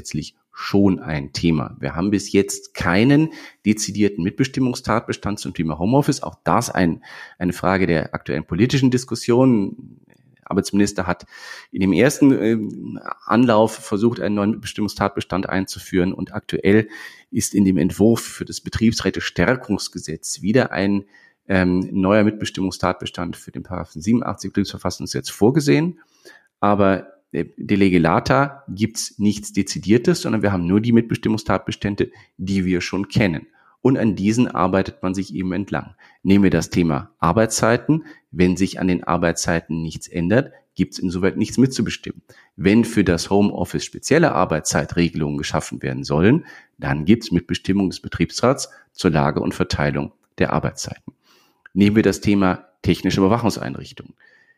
schon ein Thema. Wir haben bis jetzt keinen dezidierten Mitbestimmungstatbestand zum Thema Homeoffice. Auch das eine Frage der aktuellen politischen Diskussion. Der Arbeitsminister hat in dem ersten Anlauf versucht, einen neuen Mitbestimmungstatbestand einzuführen. Und aktuell ist in dem Entwurf für das Betriebsrätestärkungsgesetz wieder ein neuer Mitbestimmungstatbestand für den Paragraphen 87 Betriebsverfassungsgesetz vorgesehen. Aber de lege lata gibt's nichts Dezidiertes, sondern wir haben nur die Mitbestimmungstatbestände, die wir schon kennen. Und an diesen arbeitet man sich eben entlang. Nehmen wir das Thema Arbeitszeiten. Wenn sich an den Arbeitszeiten nichts ändert, gibt's insoweit nichts mitzubestimmen. Wenn für das Homeoffice spezielle Arbeitszeitregelungen geschaffen werden sollen, dann gibt's Mitbestimmung des Betriebsrats zur Lage und Verteilung der Arbeitszeiten. Nehmen wir das Thema technische Überwachungseinrichtungen.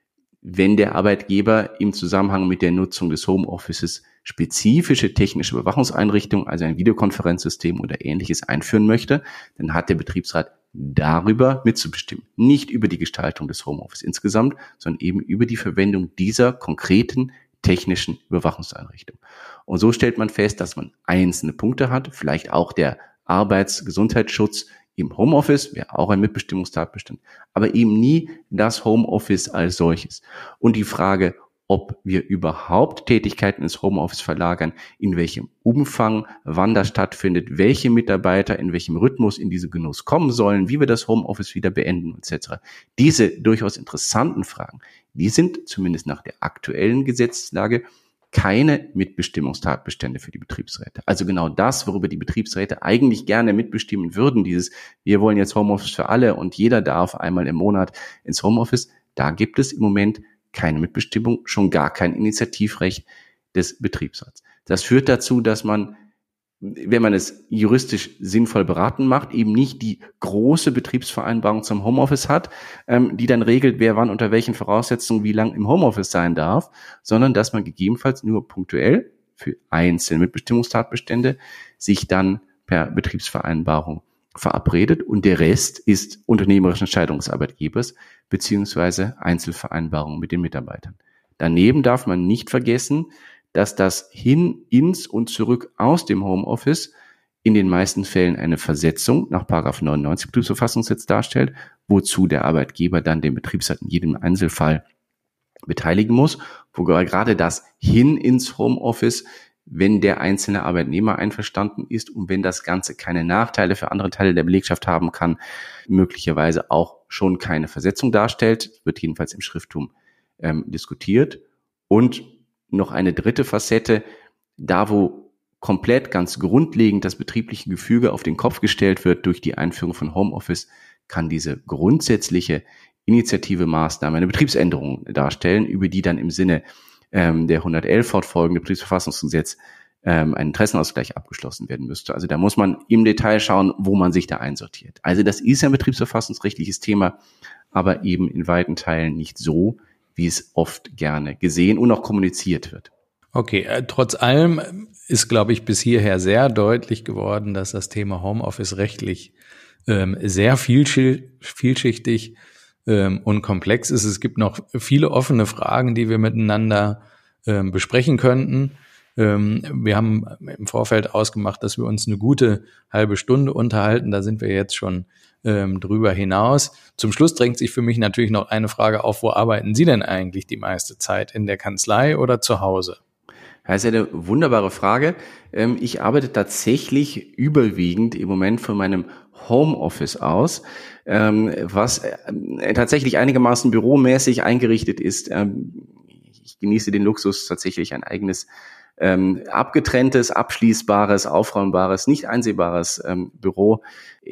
Wenn der Arbeitgeber im Zusammenhang mit der Nutzung des Homeoffices spezifische technische Überwachungseinrichtungen, also ein Videokonferenzsystem oder Ähnliches einführen möchte, dann hat der Betriebsrat darüber mitzubestimmen. Nicht über die Gestaltung des Homeoffice insgesamt, sondern eben über die Verwendung dieser konkreten technischen Überwachungseinrichtung. Und so stellt man fest, dass man einzelne Punkte hat, vielleicht auch der Gesundheitsschutz im Homeoffice, wäre auch ein Mitbestimmungstatbestand, aber eben nie das Homeoffice als solches. Und die Frage, ob wir überhaupt Tätigkeiten ins Homeoffice verlagern, in welchem Umfang, wann das stattfindet, welche Mitarbeiter in welchem Rhythmus in diesen Genuss kommen sollen, wie wir das Homeoffice wieder beenden etc. Diese durchaus interessanten Fragen, die sind zumindest nach der aktuellen Gesetzlage keine Mitbestimmungstatbestände für die Betriebsräte. Also genau das, worüber die Betriebsräte eigentlich gerne mitbestimmen würden, dieses, wir wollen jetzt Homeoffice für alle und jeder darf einmal im Monat ins Homeoffice, da gibt es im Moment keine Mitbestimmung, schon gar kein Initiativrecht des Betriebsrats. Das führt dazu, dass man, wenn man es juristisch sinnvoll beraten macht, eben nicht die große Betriebsvereinbarung zum Homeoffice hat, die dann regelt, wer wann unter welchen Voraussetzungen wie lang im Homeoffice sein darf, sondern dass man gegebenenfalls nur punktuell für einzelne Mitbestimmungstatbestände sich dann per Betriebsvereinbarung verabredet und der Rest ist unternehmerische Entscheidung des Arbeitgebers beziehungsweise Einzelvereinbarungen mit den Mitarbeitern. Daneben darf man nicht vergessen, dass das hin, ins und zurück aus dem Homeoffice in den meisten Fällen eine Versetzung nach § 99 Betriebsverfassungsgesetz darstellt, wozu der Arbeitgeber dann den Betriebsrat in jedem Einzelfall beteiligen muss, wo gerade das hin ins Homeoffice, wenn der einzelne Arbeitnehmer einverstanden ist und wenn das Ganze keine Nachteile für andere Teile der Belegschaft haben kann, möglicherweise auch schon keine Versetzung darstellt, wird jedenfalls im Schrifttum diskutiert. Und noch eine dritte Facette, da wo komplett ganz grundlegend das betriebliche Gefüge auf den Kopf gestellt wird durch die Einführung von Homeoffice, kann diese grundsätzliche initiative Maßnahme eine Betriebsänderung darstellen, über die dann im Sinne der 111 fortfolgende Betriebsverfassungsgesetz ein Interessenausgleich abgeschlossen werden müsste. Also da muss man im Detail schauen, wo man sich da einsortiert. Also das ist ein betriebsverfassungsrechtliches Thema, aber eben in weiten Teilen nicht so, wie es oft gerne gesehen und auch kommuniziert wird. Okay, trotz allem ist, glaube ich, bis hierher sehr deutlich geworden, dass das Thema Homeoffice rechtlich sehr vielschichtig und komplex ist. Es gibt noch viele offene Fragen, die wir miteinander besprechen könnten. Wir haben im Vorfeld ausgemacht, dass wir uns eine gute halbe Stunde unterhalten. Da sind wir jetzt schon drüber hinaus. Zum Schluss drängt sich für mich natürlich noch eine Frage auf, wo arbeiten Sie denn eigentlich die meiste Zeit? In der Kanzlei oder zu Hause? Das ist eine wunderbare Frage. Ich arbeite tatsächlich überwiegend im Moment von meinem Homeoffice aus, was tatsächlich einigermaßen büromäßig eingerichtet ist. Ich genieße den Luxus, tatsächlich ein eigenes abgetrenntes, abschließbares, aufräumbares, nicht einsehbares Büro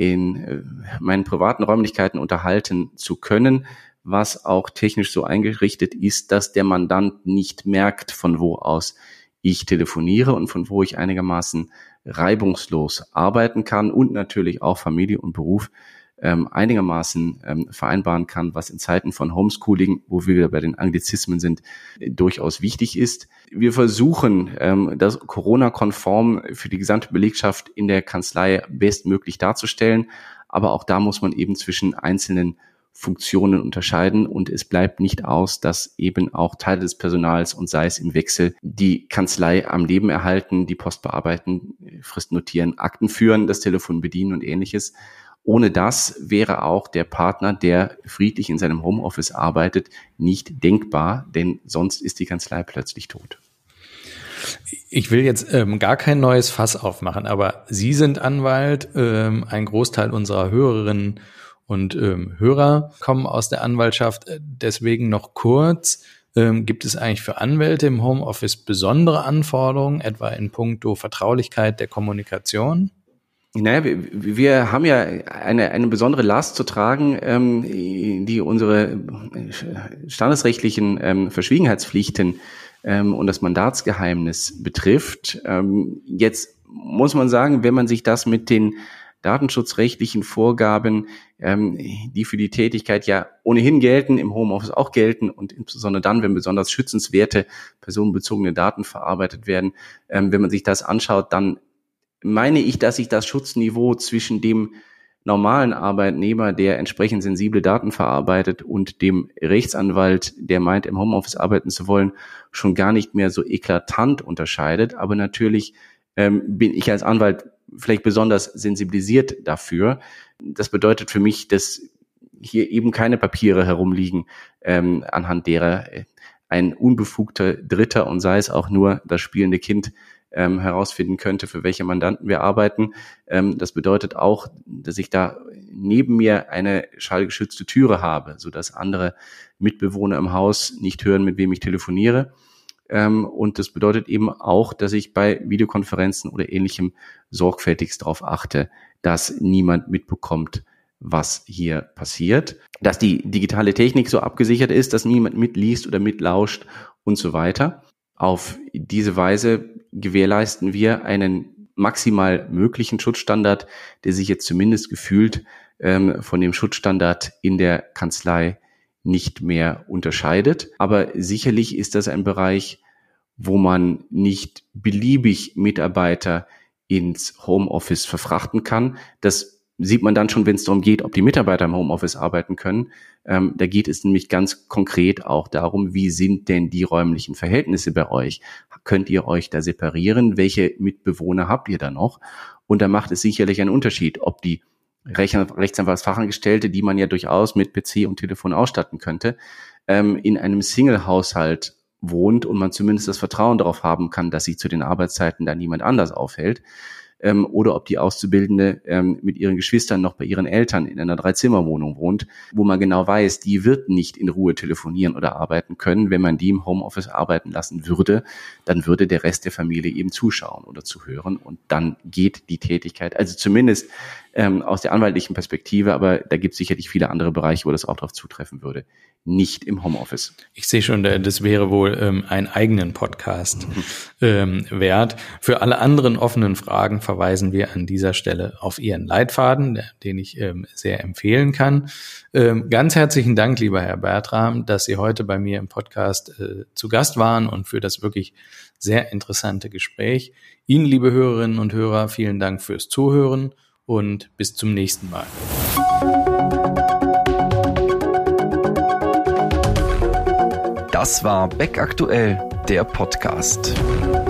in meinen privaten Räumlichkeiten unterhalten zu können, was auch technisch so eingerichtet ist, dass der Mandant nicht merkt, von wo aus ich telefoniere und von wo ich einigermaßen reibungslos arbeiten kann und natürlich auch Familie und Beruf einigermaßen vereinbaren kann, was in Zeiten von Homeschooling, wo wir bei den Anglizismen sind, durchaus wichtig ist. Wir versuchen, das Corona-konform für die gesamte Belegschaft in der Kanzlei bestmöglich darzustellen, aber auch da muss man eben zwischen einzelnen Funktionen unterscheiden und es bleibt nicht aus, dass eben auch Teile des Personals und sei es im Wechsel die Kanzlei am Leben erhalten, die Post bearbeiten, Fristen notieren, Akten führen, das Telefon bedienen und Ähnliches. Ohne das wäre auch der Partner, der friedlich in seinem Homeoffice arbeitet, nicht denkbar, denn sonst ist die Kanzlei plötzlich tot. Ich will jetzt gar kein neues Fass aufmachen, aber Sie sind Anwalt, ein Großteil unserer Hörerinnen und Hörer kommen aus der Anwaltschaft. Deswegen noch kurz, gibt es eigentlich für Anwälte im Homeoffice besondere Anforderungen, etwa in puncto Vertraulichkeit der Kommunikation? Naja, wir haben ja eine besondere Last zu tragen, die unsere standesrechtlichen Verschwiegenheitspflichten und das Mandatsgeheimnis betrifft. Jetzt muss man sagen, wenn man sich das mit den datenschutzrechtlichen Vorgaben, die für die Tätigkeit ja ohnehin gelten, im Homeoffice auch gelten und insbesondere dann, wenn besonders schützenswerte personenbezogene Daten verarbeitet werden, wenn man sich das anschaut, dann meine ich, dass sich das Schutzniveau zwischen dem normalen Arbeitnehmer, der entsprechend sensible Daten verarbeitet, und dem Rechtsanwalt, der meint, im Homeoffice arbeiten zu wollen, schon gar nicht mehr so eklatant unterscheidet. Aber natürlich bin ich als Anwalt vielleicht besonders sensibilisiert dafür. Das bedeutet für mich, dass hier eben keine Papiere herumliegen, anhand derer ein unbefugter Dritter und sei es auch nur das spielende Kind herausfinden könnte, für welche Mandanten wir arbeiten. Das bedeutet auch, dass ich da neben mir eine schallgeschützte Türe habe, sodass andere Mitbewohner im Haus nicht hören, mit wem ich telefoniere. Und das bedeutet eben auch, dass ich bei Videokonferenzen oder Ähnlichem sorgfältigst darauf achte, dass niemand mitbekommt, was hier passiert, dass die digitale Technik so abgesichert ist, dass niemand mitliest oder mitlauscht und so weiter. Auf diese Weise gewährleisten wir einen maximal möglichen Schutzstandard, der sich jetzt zumindest gefühlt von dem Schutzstandard in der Kanzlei nicht mehr unterscheidet. Aber sicherlich ist das ein Bereich, wo man nicht beliebig Mitarbeiter ins Homeoffice verfrachten kann. Das sieht man dann schon, wenn es darum geht, ob die Mitarbeiter im Homeoffice arbeiten können. Da geht es nämlich ganz konkret auch darum, wie sind denn die räumlichen Verhältnisse bei euch? Könnt ihr euch da separieren? Welche Mitbewohner habt ihr da noch? Und da macht es sicherlich einen Unterschied, ob die Rechtsanwaltsfachangestellte, die man ja durchaus mit PC und Telefon ausstatten könnte, in einem Single-Haushalt wohnt und man zumindest das Vertrauen darauf haben kann, dass sich zu den Arbeitszeiten da niemand anders aufhält, oder ob die Auszubildende mit ihren Geschwistern noch bei ihren Eltern in einer 3-Zimmer-Wohnung wohnt, wo man genau weiß, die wird nicht in Ruhe telefonieren oder arbeiten können. Wenn man die im Homeoffice arbeiten lassen würde, dann würde der Rest der Familie eben zuschauen oder zuhören und dann geht die Tätigkeit, also zumindest aus der anwaltlichen Perspektive, aber da gibt es sicherlich viele andere Bereiche, wo das auch darauf zutreffen würde, nicht im Homeoffice. Ich sehe schon, das wäre wohl einen eigenen Podcast wert. Für alle anderen offenen Fragen verweisen wir an dieser Stelle auf Ihren Leitfaden, den ich sehr empfehlen kann. Ganz herzlichen Dank, lieber Herr Bertram, dass Sie heute bei mir im Podcast zu Gast waren und für das wirklich sehr interessante Gespräch. Ihnen, liebe Hörerinnen und Hörer, vielen Dank fürs Zuhören und bis zum nächsten Mal. Das war Beck Aktuell, der Podcast.